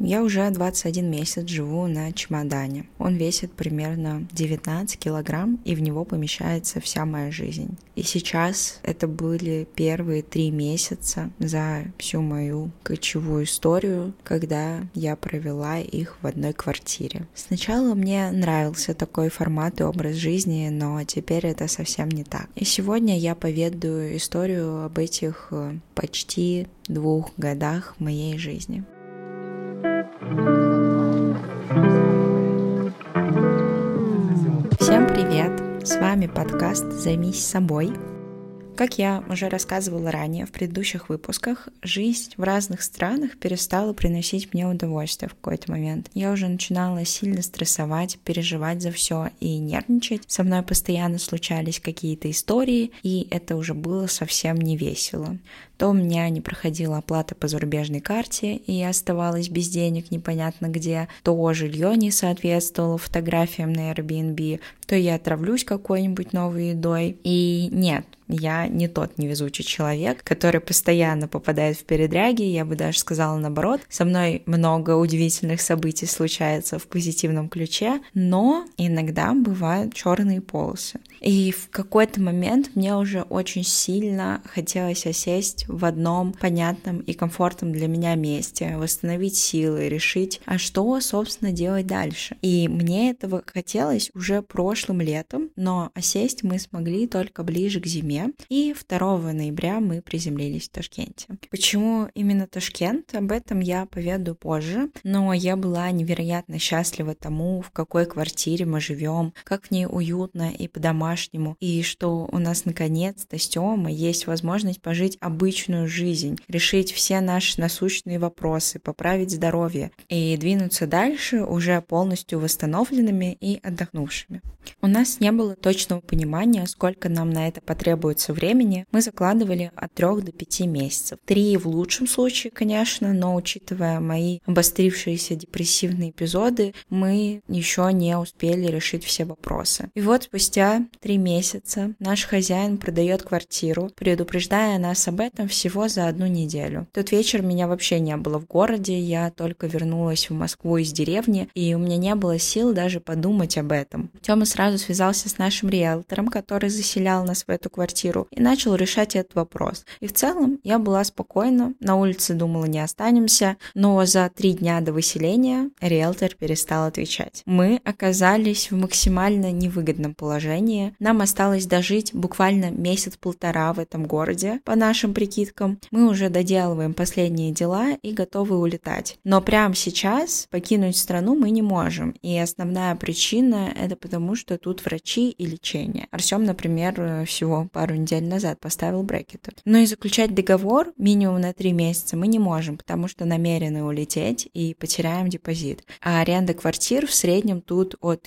Я уже 21 месяц живу на чемодане. Он весит примерно 19 килограмм, и в него помещается вся моя жизнь. И сейчас это были первые 3 месяца за всю мою кочевую историю, когда я провела их в одной квартире. Сначала мне нравился такой формат и образ жизни, но теперь это совсем не так. И сегодня я поведаю историю об этих почти 2 годах моей жизни. Всем привет! С вами подкаст «Займись собой». Как я уже рассказывала ранее в предыдущих выпусках, жизнь в разных странах перестала приносить мне удовольствие в какой-то момент. Я уже начинала сильно стрессовать, переживать за все и нервничать. Со мной постоянно случались какие-то истории, и это уже было совсем не весело. То у меня не проходила оплата по зарубежной карте, и я оставалась без денег непонятно где, то жилье не соответствовало фотографиям на Airbnb, то я отравлюсь какой-нибудь новой едой. И нет, я не тот невезучий человек, который постоянно попадает в передряги, я бы даже сказала наоборот. Со мной много удивительных событий случается в позитивном ключе, но иногда бывают черные полосы. И в какой-то момент мне уже очень сильно хотелось осесть в одном понятном и комфортном для меня месте, восстановить силы, решить, а что, собственно, делать дальше. И мне этого хотелось уже прошлым летом, но осесть мы смогли только ближе к зиме, и 2 ноября мы приземлились в Ташкенте. Почему именно Ташкент? Об этом я поведаю позже, но я была невероятно счастлива тому, в какой квартире мы живем, как в ней уютно и по-домашнему, и что у нас наконец-то с Тёмой есть возможность пожить обычную жизнь, решить все наши насущные вопросы, поправить здоровье и двинуться дальше уже полностью восстановленными и отдохнувшими. У нас не было точного понимания, сколько нам на это потребуется времени. Мы закладывали от 3 до 5 месяцев. 3 в лучшем случае, конечно, но учитывая мои обострившиеся депрессивные эпизоды, мы еще не успели решить все вопросы. И вот спустя 3 месяца наш хозяин продает квартиру, предупреждая нас об этом всего за 1 неделю. В тот вечер меня вообще не было в городе, я только вернулась в Москву из деревни, и у меня не было сил даже подумать об этом. Тёма сразу связался с нашим риэлтором, который заселял нас в эту квартиру, и начал решать этот вопрос. И в целом я была спокойна, на улице думала, не останемся, но за 3 дня до выселения риэлтор перестал отвечать. Мы оказались в максимально невыгодном положении. Нам осталось дожить буквально 1-1.5 месяца в этом городе, по нашим прикидкам. Мы уже доделываем последние дела и готовы улетать. Но прямо сейчас покинуть страну мы не можем. И основная причина — это потому, что тут врачи и лечение. Артём, например, всего пару недель назад поставил брекеты. Но и заключать договор минимум на 3 месяца мы не можем, потому что намерены улететь и потеряем депозит. А аренда квартир в среднем тут от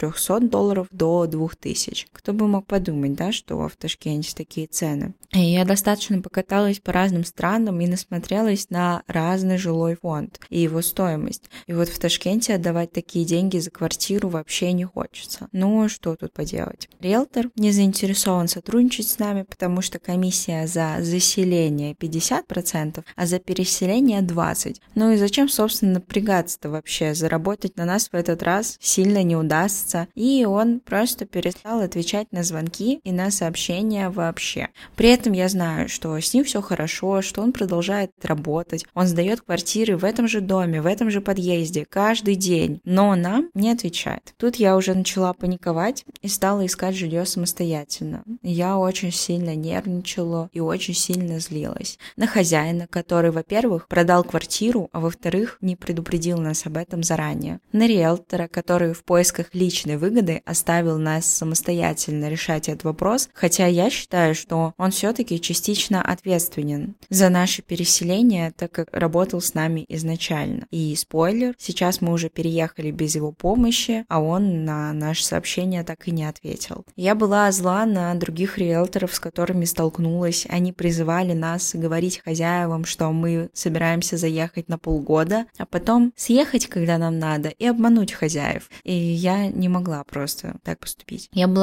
$1300 до 2000. Кто бы мог подумать, да, что в Ташкенте такие цены. И я достаточно покаталась по разным странам и насмотрелась на разный жилой фонд и его стоимость. И вот в Ташкенте отдавать такие деньги за квартиру вообще не хочется. Ну, что тут поделать? Риэлтор не заинтересован сотрудничать с нами, потому что комиссия за заселение 50%, а за переселение 20%. Ну и зачем, собственно, напрягаться-то вообще? Заработать на нас в этот раз сильно не удастся. И он просто перестал отвечать на звонки и на сообщения вообще. При этом я знаю, что с ним все хорошо, что он продолжает работать, он сдает квартиры в этом же доме, в этом же подъезде каждый день, но нам не отвечает. Тут я уже начала паниковать и стала искать жилье самостоятельно. Я очень сильно нервничала и очень сильно злилась на хозяина, который, во-первых, продал квартиру, а во-вторых, не предупредил нас об этом заранее. На риэлтора, который в поисках личной выгоды оставил нас самостоятельно решать этот вопрос, хотя я считаю, что он все-таки частично ответственен за наше переселение, так как работал с нами изначально. И спойлер, сейчас мы уже переехали без его помощи, а он на наше сообщение так и не ответил. Я была зла на других риэлторов, с которыми столкнулась. Они призывали нас говорить хозяевам, что мы собираемся заехать на полгода, а потом съехать, когда нам надо, и обмануть хозяев. И я не могла просто так поступить. Я была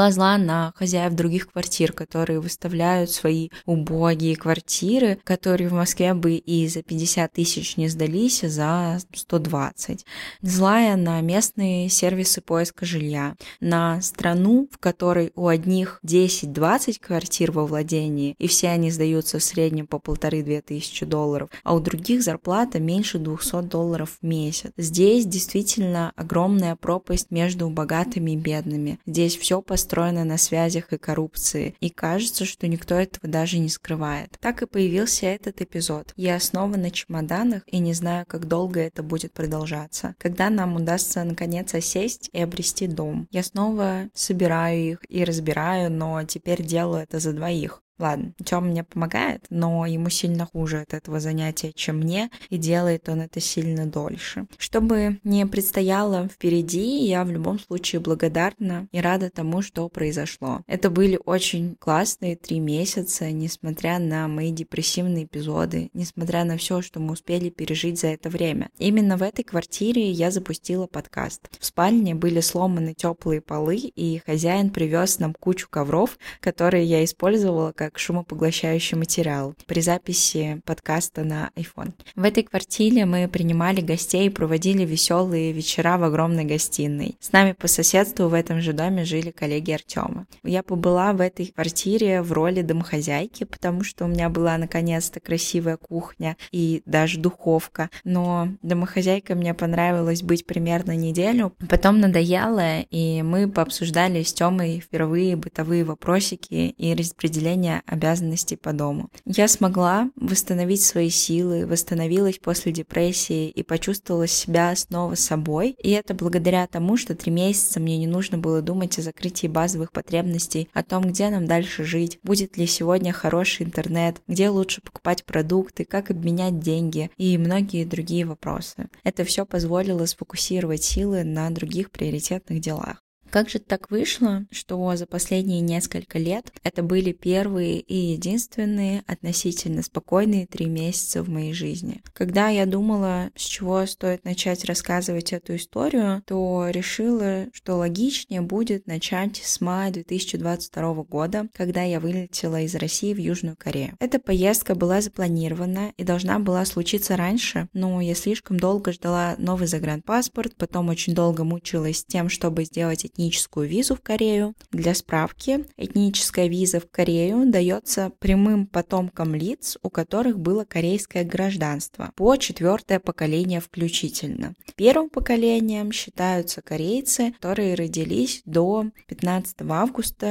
была зла на хозяев других квартир, которые выставляют свои убогие квартиры, которые в Москве бы и за 50 тысяч не сдались, а за 120. Злая на местные сервисы поиска жилья, на страну, в которой у одних 10-20 квартир во владении, и все они сдаются в среднем по 1500-2 тысячи долларов, а у других зарплата меньше $200 в месяц. Здесь действительно огромная пропасть между богатыми и бедными. Здесь все построено на связях и коррупции, и кажется, что никто этого даже не скрывает. Так и появился этот эпизод. Я основан на чемоданах и не знаю, как долго это будет продолжаться. Когда нам удастся наконец осесть и обрести дом. Я снова собираю их и разбираю, но теперь делаю это за двоих. Ладно, Тёма мне помогает, но ему сильно хуже от этого занятия, чем мне, и делает он это сильно дольше. Что бы ни предстояло впереди, я в любом случае благодарна и рада тому, что произошло. Это были очень классные 3 месяца, несмотря на мои депрессивные эпизоды, несмотря на все, что мы успели пережить за это время. Именно в этой квартире я запустила подкаст. В спальне были сломаны теплые полы, и хозяин привез нам кучу ковров, которые я использовала как шумопоглощающий материал при записи подкаста на iPhone. В этой квартире мы принимали гостей и проводили веселые вечера в огромной гостиной. С нами по соседству в этом же доме жили коллеги Артема. Я побыла в этой квартире в роли домохозяйки, потому что у меня была наконец-то красивая кухня и даже духовка. Но домохозяйкой мне понравилось быть примерно неделю. Потом надоело, и мы пообсуждали с Тёмой впервые бытовые вопросики и распределение обязанностей по дому. Я смогла восстановить свои силы, восстановилась после депрессии и почувствовала себя снова собой. И это благодаря тому, что 3 месяца мне не нужно было думать о закрытии базовых потребностей, о том, где нам дальше жить, будет ли сегодня хороший интернет, где лучше покупать продукты, как обменять деньги и многие другие вопросы. Это все позволило сфокусировать силы на других приоритетных делах. Как же так вышло, что за последние несколько лет это были первые и единственные относительно спокойные 3 месяца в моей жизни? Когда я думала, с чего стоит начать рассказывать эту историю, то решила, что логичнее будет начать с мая 2022 года, когда я вылетела из России в Южную Корею. Эта поездка была запланирована и должна была случиться раньше, но я слишком долго ждала новый загранпаспорт, потом очень долго мучилась тем, чтобы сделать этническую визу в Корею. Для справки, этническая виза в Корею дается прямым потомкам лиц, у которых было корейское гражданство, по 4-е поколение включительно. Первым поколением считаются корейцы, которые родились до 15 августа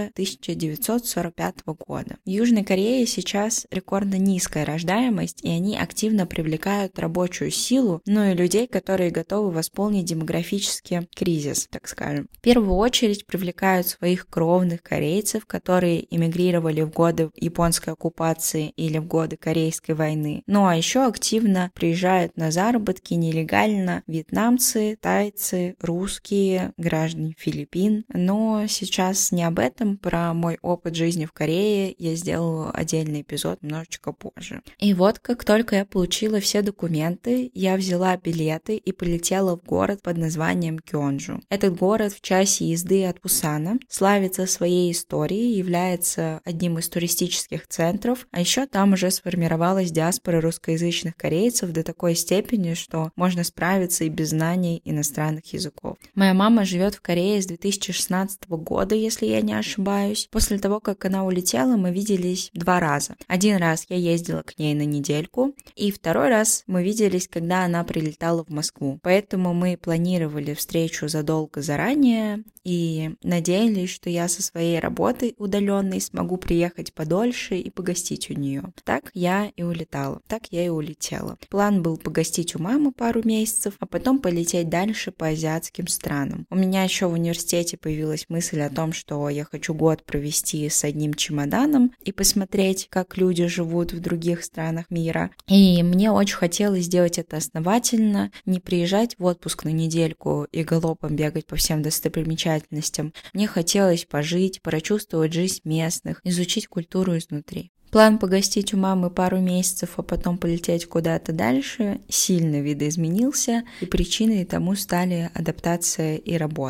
1945 года. В Южной Корее сейчас рекордно низкая рождаемость, и они активно привлекают рабочую силу, но и людей, которые готовы восполнить демографический кризис, так скажем. В первую очередь привлекают своих кровных корейцев, которые эмигрировали в годы японской оккупации или в годы Корейской войны. Ну а еще активно приезжают на заработки нелегально вьетнамцы, тайцы, русские, граждане Филиппин. Но сейчас не об этом, про мой опыт жизни в Корее я сделаю отдельный эпизод немножечко позже. И вот как только я получила все документы, я взяла билеты и полетела в город под названием Кёнджу. Этот город в часе езды от Пусана, славится своей историей, является одним из туристических центров, а еще там уже сформировалась диаспора русскоязычных корейцев до такой степени, что можно справиться и без знаний иностранных языков. Моя мама живет в Корее с 2016 года, если я не ошибаюсь. После того, как она улетела, мы виделись 2 раза. Один раз я ездила к ней на недельку, и второй раз мы виделись, когда она прилетала в Москву. Поэтому мы планировали встречу задолго заранее и надеялись, что я со своей работой удаленной смогу приехать подольше и погостить у нее. Так я и улетала, так я и улетела. План был погостить у мамы пару месяцев, а потом полететь дальше по азиатским странам. У меня еще в университете появилась мысль о том, что я хочу год провести с одним чемоданом и посмотреть, как люди живут в других странах мира. И мне очень хотелось сделать это основательно, не приезжать в отпуск на недельку и галопом бегать по всем достопримечательностям. Мне хотелось пожить, прочувствовать жизнь местных, изучить культуру изнутри. План погостить у мамы пару месяцев, а потом полететь куда-то дальше сильно видоизменился, и причиной тому стали адаптация и работа.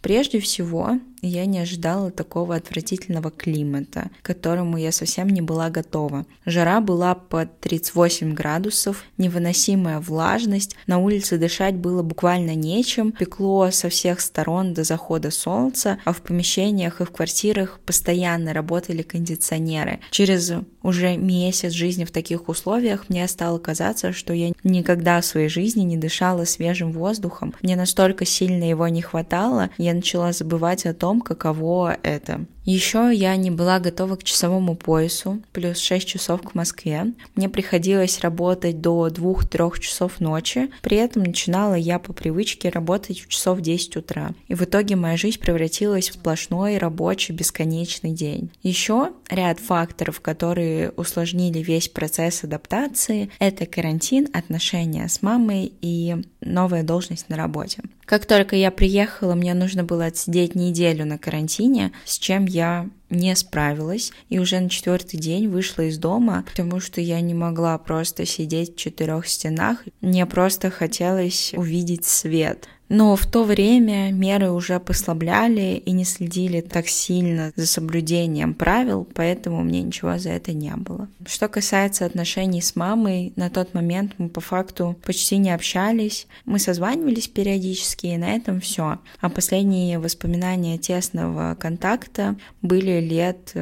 Прежде всего, я не ожидала такого отвратительного климата, к которому я совсем не была готова. Жара была под 38 градусов, невыносимая влажность, на улице дышать было буквально нечем, пекло со всех сторон до захода солнца, а в помещениях и в квартирах постоянно работали кондиционеры. Через уже месяц жизни в таких условиях мне стало казаться, что я никогда в своей жизни не дышала свежим воздухом. Мне настолько сильно его не хватало, я начала забывать о том, каково это. Еще я не была готова к часовому поясу, плюс 6 часов к Москве. Мне приходилось работать до 2-3 часов ночи, при этом начинала я по привычке работать в часов 10 утра. И в итоге моя жизнь превратилась в сплошной рабочий бесконечный день. Еще ряд факторов, которые усложнили весь процесс адаптации, это карантин, отношения с мамой и новая должность на работе. Как только я приехала, мне нужно было отсидеть неделю на карантине, с чем я не справилась, и уже на 4-й день вышла из дома, потому что я не могла просто сидеть в 4 стенах, мне просто хотелось увидеть свет. Но в то время меры уже послабляли и не следили так сильно за соблюдением правил, поэтому мне ничего за это не было. Что касается отношений с мамой, на тот момент мы по факту почти не общались, мы созванивались периодически, и на этом все. А последние воспоминания тесного контакта были лет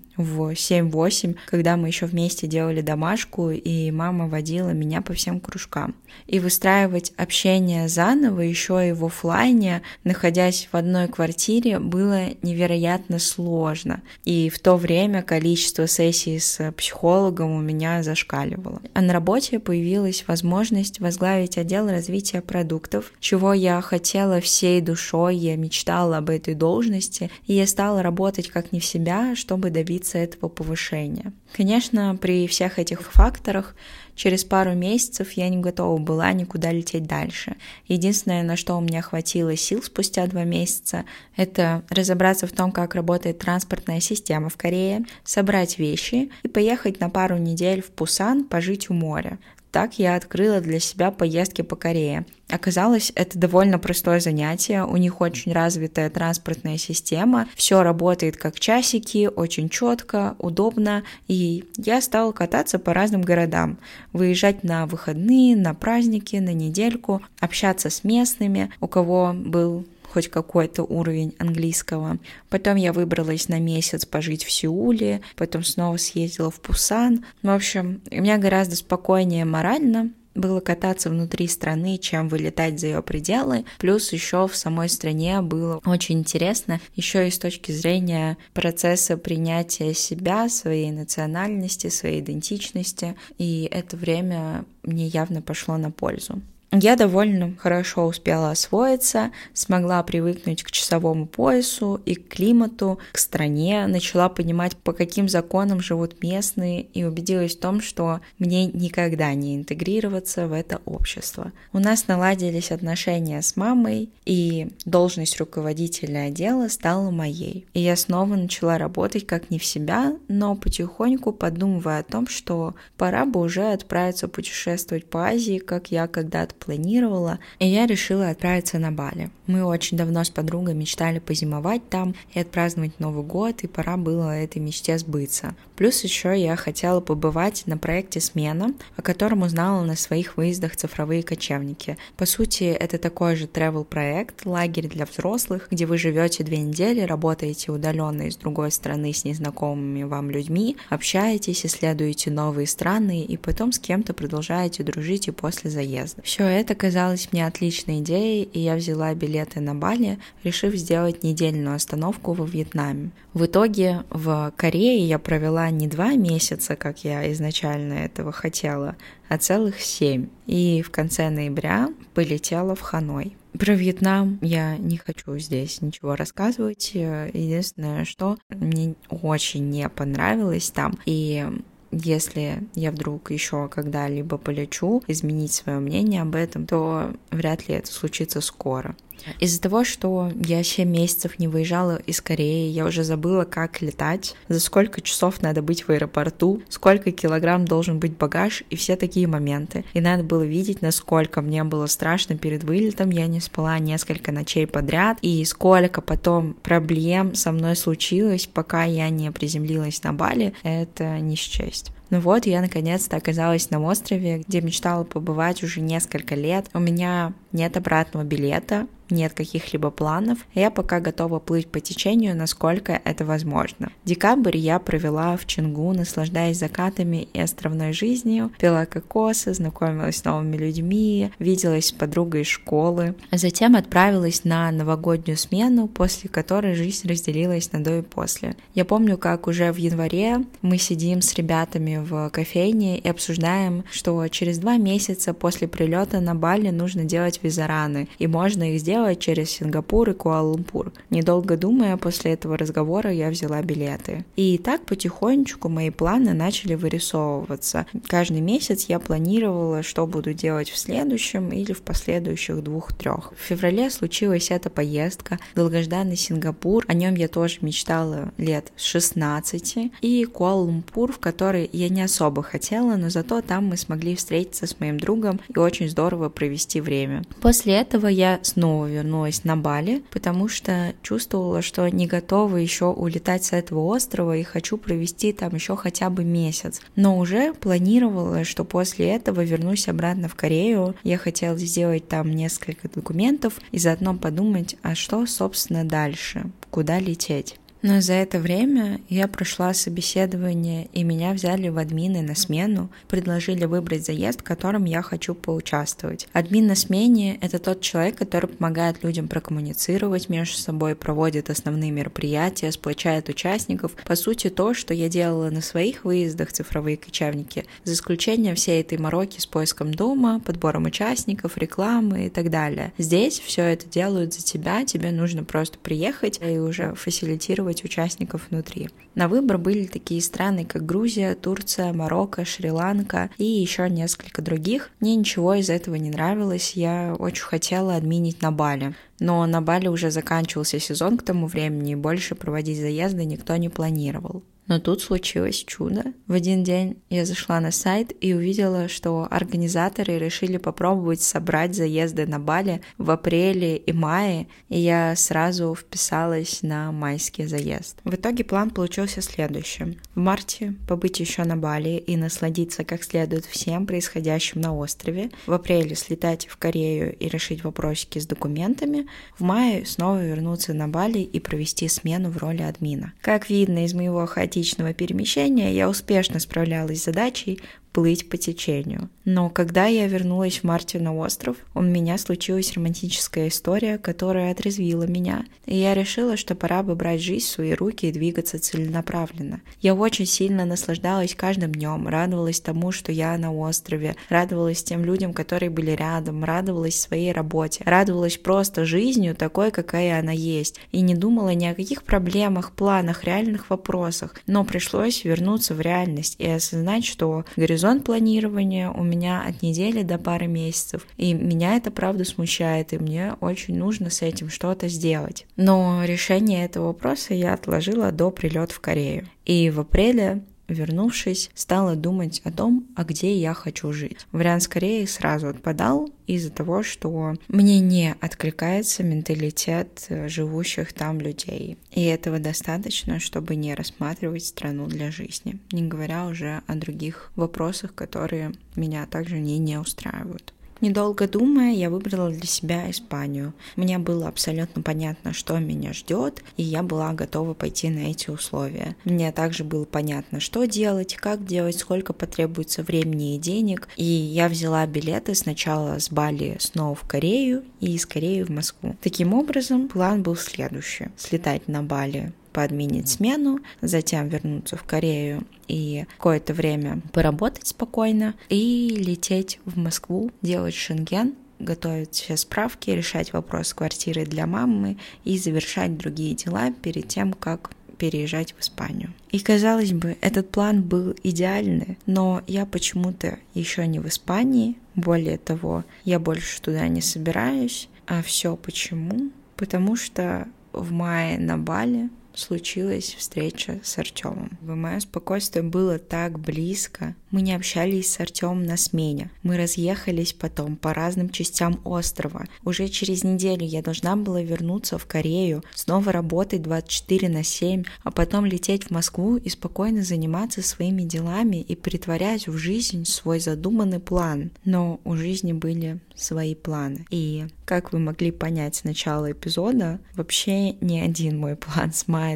в 7-8, когда мы еще вместе делали домашку, и мама водила меня по всем кружкам. И выстраивать общение заново еще и в офлайне, находясь в одной квартире, было невероятно сложно. И в то время количество сессий с психологом у меня зашкаливало. А на работе появилась возможность возглавить отдел развития продуктов, чего я хотела всей душой, я мечтала об этой должности, и я стала работать как не в себя, чтобы добиться этого повышения. Конечно, при всех этих факторах через пару месяцев я не готова была никуда лететь дальше. Единственное, на что у меня хватило сил спустя 2 месяца, это разобраться в том, как работает транспортная система в Корее, собрать вещи и поехать на пару недель в Пусан пожить у моря. Так я открыла для себя поездки по Корее. Оказалось, это довольно простое занятие, у них очень развитая транспортная система, все работает как часики, очень четко, удобно, и я стала кататься по разным городам, выезжать на выходные, на праздники, на недельку, общаться с местными, у кого был хоть какой-то уровень английского. Потом я выбралась на месяц пожить в Сеуле, потом снова съездила в Пусан. В общем, у меня гораздо спокойнее морально было кататься внутри страны, чем вылетать за ее пределы. Плюс еще в самой стране было очень интересно, еще и с точки зрения процесса принятия себя, своей национальности, своей идентичности. И это время мне явно пошло на пользу. Я довольно хорошо успела освоиться, смогла привыкнуть к часовому поясу и к климату, к стране, начала понимать, по каким законам живут местные, и убедилась в том, что мне никогда не интегрироваться в это общество. У нас наладились отношения с мамой, и должность руководителя отдела стала моей. И я снова начала работать как не в себя, но потихоньку подумывая о том, что пора бы уже отправиться путешествовать по Азии, как я когда-то планировала, и я решила отправиться на Бали. Мы очень давно с подругой мечтали позимовать там и отпраздновать Новый год, и пора было этой мечте сбыться. Плюс еще я хотела побывать на проекте «Смена», о котором узнала на своих выездах «Цифровые кочевники». По сути, это такой же travel-проект, лагерь для взрослых, где вы живете 2 недели, работаете удаленно из другой страны с незнакомыми вам людьми, общаетесь, исследуете новые страны и потом с кем-то продолжаете дружить и после заезда. Все это казалось мне отличной идеей, и я взяла билеты на Бали, решив сделать недельную остановку во Вьетнаме. В итоге в Корее я провела не 2 месяца, как я изначально этого хотела, а целых 7. И в конце ноября полетела в Ханой. Про Вьетнам я не хочу здесь ничего рассказывать. Единственное, что мне очень не понравилось там, и если я вдруг еще когда-либо полечу изменить свое мнение об этом, то вряд ли это случится скоро. Из-за того, что я 7 месяцев не выезжала из Кореи, я уже забыла, как летать, за сколько часов надо быть в аэропорту, сколько килограмм должен быть багаж и все такие моменты. И надо было видеть, насколько мне было страшно перед вылетом, я не спала несколько ночей подряд, и сколько потом проблем со мной случилось, пока я не приземлилась на Бали, это не счесть. Ну вот, я наконец-то оказалась на острове, где мечтала побывать уже несколько лет. У меня нет обратного билета, нет каких-либо планов. Я пока готова плыть по течению, насколько это возможно. Декабрь я провела в Чонгу, наслаждаясь закатами и островной жизнью, пила кокосы, знакомилась с новыми людьми, виделась с подругой из школы. А затем отправилась на новогоднюю смену, после которой жизнь разделилась на до и после. Я помню, как уже в январе мы сидим с ребятами в кофейне и обсуждаем, что через 2 месяца после прилета на Бали нужно делать визараны, и можно их сделать через Сингапур и Куала-Лумпур. Недолго думая, после этого разговора я взяла билеты. И так потихонечку мои планы начали вырисовываться. Каждый месяц я планировала, что буду делать в следующем или в последующих 2-3. В феврале случилась эта поездка, долгожданный Сингапур, о нем я тоже мечтала лет с 16, и Куала-Лумпур, в который я не особо хотела, но зато там мы смогли встретиться с моим другом и очень здорово провести время. После этого я снова вернулась на Бали, потому что чувствовала, что не готова еще улетать с этого острова и хочу провести там еще хотя бы месяц. Но уже планировала, что после этого вернусь обратно в Корею. Я хотела сделать там несколько документов и заодно подумать, а что, собственно, дальше, куда лететь. Но за это время я прошла собеседование, и меня взяли в админы на смену, предложили выбрать заезд, в котором я хочу поучаствовать. Админ на смене — это тот человек, который помогает людям прокоммуницировать между собой, проводит основные мероприятия, сплочает участников. По сути, то, что я делала на своих выездах «Цифровые кочевники», за исключением всей этой мороки с поиском дома, подбором участников, рекламы и так далее. Здесь все это делают за тебя, тебе нужно просто приехать и уже фасилитировать участников внутри. На выбор были такие страны, как Грузия, Турция, Марокко, Шри-Ланка и еще несколько других. Мне ничего из этого не нравилось, я очень хотела админить на Бали. Но на Бали уже заканчивался сезон к тому времени, и больше проводить заезды никто не планировал. Но тут случилось чудо. В один день я зашла на сайт и увидела, что организаторы решили попробовать собрать заезды на Бали в апреле и мае, и я сразу вписалась на майский заезд. В итоге план получился следующим. В марте побыть еще на Бали и насладиться как следует всем происходящим на острове. В апреле слетать в Корею и решить вопросики с документами. В мае снова вернуться на Бали и провести смену в роли админа. Как видно из моего хаотичного перемещения, я успешно справлялась с задачей плыть по течению. Но когда я вернулась в марте на остров, у меня случилась романтическая история, которая отрезвила меня, и я решила, что пора бы брать жизнь в свои руки и двигаться целенаправленно. Я очень сильно наслаждалась каждым днем, радовалась тому, что я на острове, радовалась тем людям, которые были рядом, радовалась своей работе, радовалась просто жизнью такой, какая она есть, и не думала ни о каких проблемах, планах, реальных вопросах. Но пришлось вернуться в реальность и осознать, что горизонт планирования у меня от недели до пары месяцев, и меня это правда смущает, и мне очень нужно с этим что-то сделать. Но решение этого вопроса я отложила до прилета в Корею. И в апреле, вернувшись, стала думать о том, а где я хочу жить. Вариант с Кореей сразу отпадал из-за того, что мне не откликается менталитет живущих там людей. И этого достаточно, чтобы не рассматривать страну для жизни, не говоря уже о других вопросах, которые меня также не устраивают. Недолго думая, я выбрала для себя Испанию. Мне было абсолютно понятно, что меня ждет, и я была готова пойти на эти условия. Мне также было понятно, что делать, как делать, сколько потребуется времени и денег. И я взяла билеты сначала с Бали снова в Корею и из Кореи в Москву. Таким образом, план был следующий: слетать на Бали, поадминить смену, затем вернуться в Корею и какое-то время поработать спокойно и лететь в Москву, делать шенген, готовить все справки, решать вопрос с квартирой для мамы и завершать другие дела перед тем, как переезжать в Испанию. И, казалось бы, этот план был идеальный, но я почему-то еще не в Испании, Более того, я больше туда не собираюсь. А все почему? Потому что в мае на Бали случилась встреча с Артемом. Мое спокойствие было так близко. Мы не общались с Артемом на смене. Мы разъехались потом по разным частям острова. Уже через неделю я должна была вернуться в Корею, снова работать 24/7, а потом лететь в Москву и спокойно заниматься своими делами и притворять в жизнь свой задуманный план. Но у жизни были свои планы. И, как вы могли понять с начала эпизода, вообще ни один мой план с мая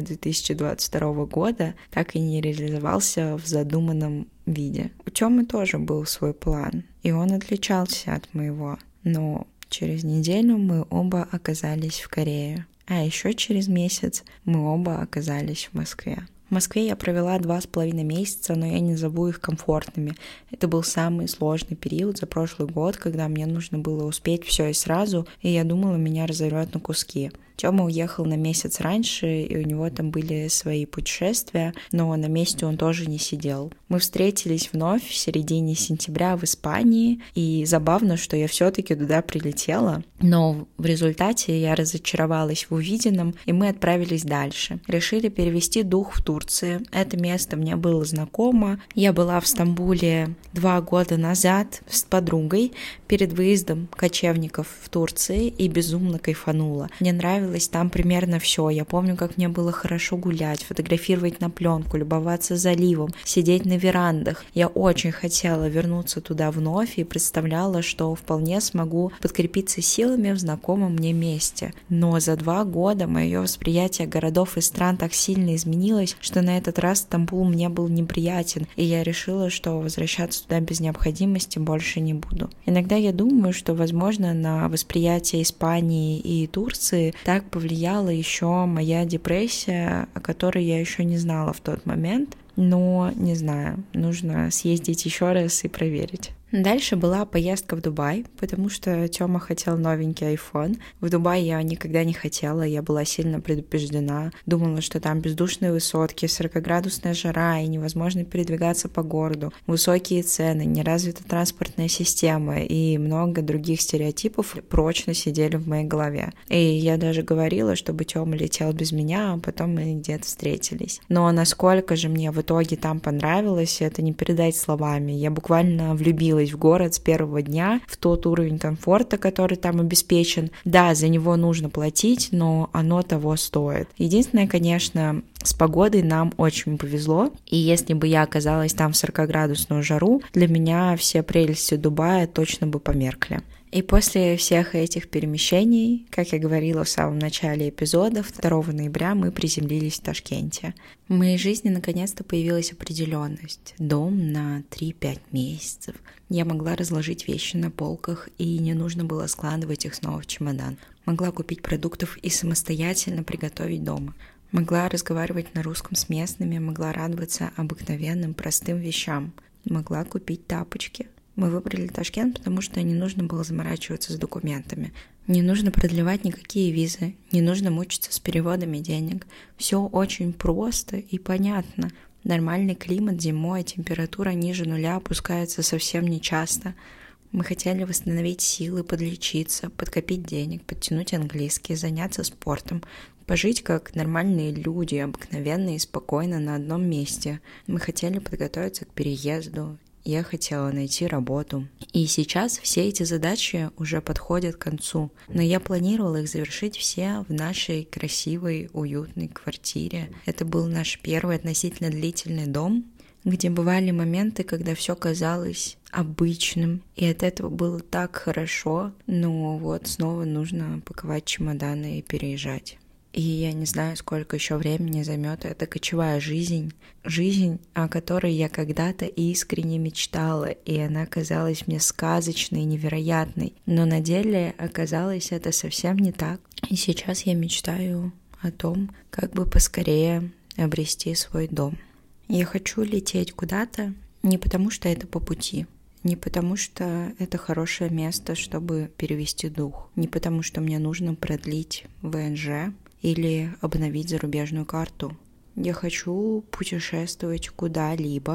2022 года так и не реализовался в задуманном виде. У Тёмы тоже был свой план, и он отличался от моего. Но через неделю мы оба оказались в Корее. А еще через месяц мы оба оказались в Москве. В Москве я провела 2,5 месяца, но я не назову их комфортными. Это был самый сложный период за прошлый год, когда мне нужно было успеть все и сразу, и я думала, меня разорвет на куски. Тёма уехал на месяц раньше, и у него там были свои путешествия, но на месте он тоже не сидел. Мы встретились вновь в середине сентября в Испании, и забавно, что я все-таки туда прилетела, но в результате я разочаровалась в увиденном, и мы отправились дальше. Решили перевести дух в Турции. Это место мне было знакомо. Я была в Стамбуле 2 года назад с подругой перед выездом кочевников в Турции и безумно кайфанула. Мне нравилось там примерно все. Я помню, как мне было хорошо гулять, фотографировать на пленку, любоваться заливом, сидеть на верандах. Я очень хотела вернуться туда вновь и представляла, что вполне смогу подкрепиться силами в знакомом мне месте. Но за 2 года мое восприятие городов и стран так сильно изменилось, что на этот раз Стамбул мне был неприятен, и я решила, что возвращаться туда без необходимости больше не буду. Иногда я думаю, что, возможно, на восприятие Испании и Турции так повлияла еще моя депрессия, о которой я еще не знала в тот момент, но не знаю, нужно съездить еще раз и проверить. Дальше была поездка в Дубай, потому что Тёма хотел новенький iPhone. В Дубай я никогда не хотела, я была сильно предупреждена. Думала, что там бездушные высотки, 40-градусная жара и невозможно передвигаться по городу, высокие цены, неразвитая транспортная система и много других стереотипов прочно сидели в моей голове. И я даже говорила, чтобы Тёма летел без меня, а потом мы где-то встретились. Но насколько же мне в итоге там понравилось, это не передать словами. Я буквально влюбилась в город с первого дня, в тот уровень комфорта, который там обеспечен. Да, за него нужно платить, но оно того стоит. Единственное, конечно, с погодой нам очень повезло, и если бы я оказалась там в 40-градусную жару, для меня все прелести Дубая точно бы померкли. И после всех этих перемещений, как я говорила в самом начале эпизода, 2 ноября мы приземлились в Ташкенте. В моей жизни наконец-то появилась определенность. Дом на 3-5 месяцев. Я могла разложить вещи на полках, и не нужно было складывать их снова в чемодан. Могла купить продуктов и самостоятельно приготовить дома. Могла разговаривать на русском с местными, могла радоваться обыкновенным простым вещам. Могла купить тапочки. Мы выбрали Ташкент, потому что не нужно было заморачиваться с документами. Не нужно продлевать никакие визы, не нужно мучиться с переводами денег. Все очень просто и понятно. Нормальный климат зимой, температура ниже 0 опускается совсем нечасто. Мы хотели восстановить силы, подлечиться, подкопить денег, подтянуть английский, заняться спортом, пожить как нормальные люди, обыкновенно и спокойно на одном месте. Мы хотели подготовиться к переезду. Я хотела найти работу. И сейчас все эти задачи уже подходят к концу. Но я планировала их завершить все в нашей красивой, уютной квартире. Это был наш первый относительно длительный дом, где бывали моменты, когда все казалось обычным. И от этого было так хорошо. Но вот снова нужно паковать чемоданы и переезжать. И я не знаю, сколько еще времени займет эта кочевая жизнь. Жизнь, о которой я когда-то искренне мечтала, и она казалась мне сказочной и невероятной. Но на деле оказалось это совсем не так. И сейчас я мечтаю о том, как бы поскорее обрести свой дом. Я хочу лететь куда-то не потому, что это по пути, не потому, что это хорошее место, чтобы перевести дух, не потому, что мне нужно продлить ВНЖ, или обновить зарубежную карту. Я хочу путешествовать куда-либо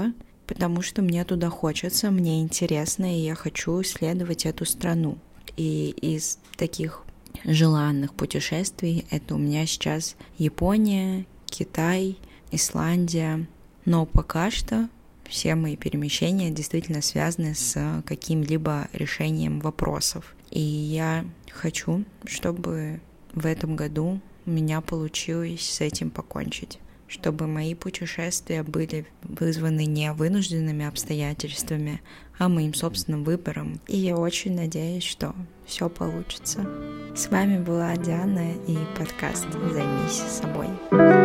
потому что мне туда хочется, мне интересно, и я хочу исследовать эту страну. И из таких желанных путешествий это у меня сейчас Япония, Китай, Исландия. Но пока что все мои перемещения действительно связаны с каким-либо решением вопросов. И я хочу, чтобы в этом году у меня получилось с этим покончить, чтобы мои путешествия были вызваны не вынужденными обстоятельствами, а моим собственным выбором. И я очень надеюсь, что все получится. С вами была Диана и подкаст «Займись собой».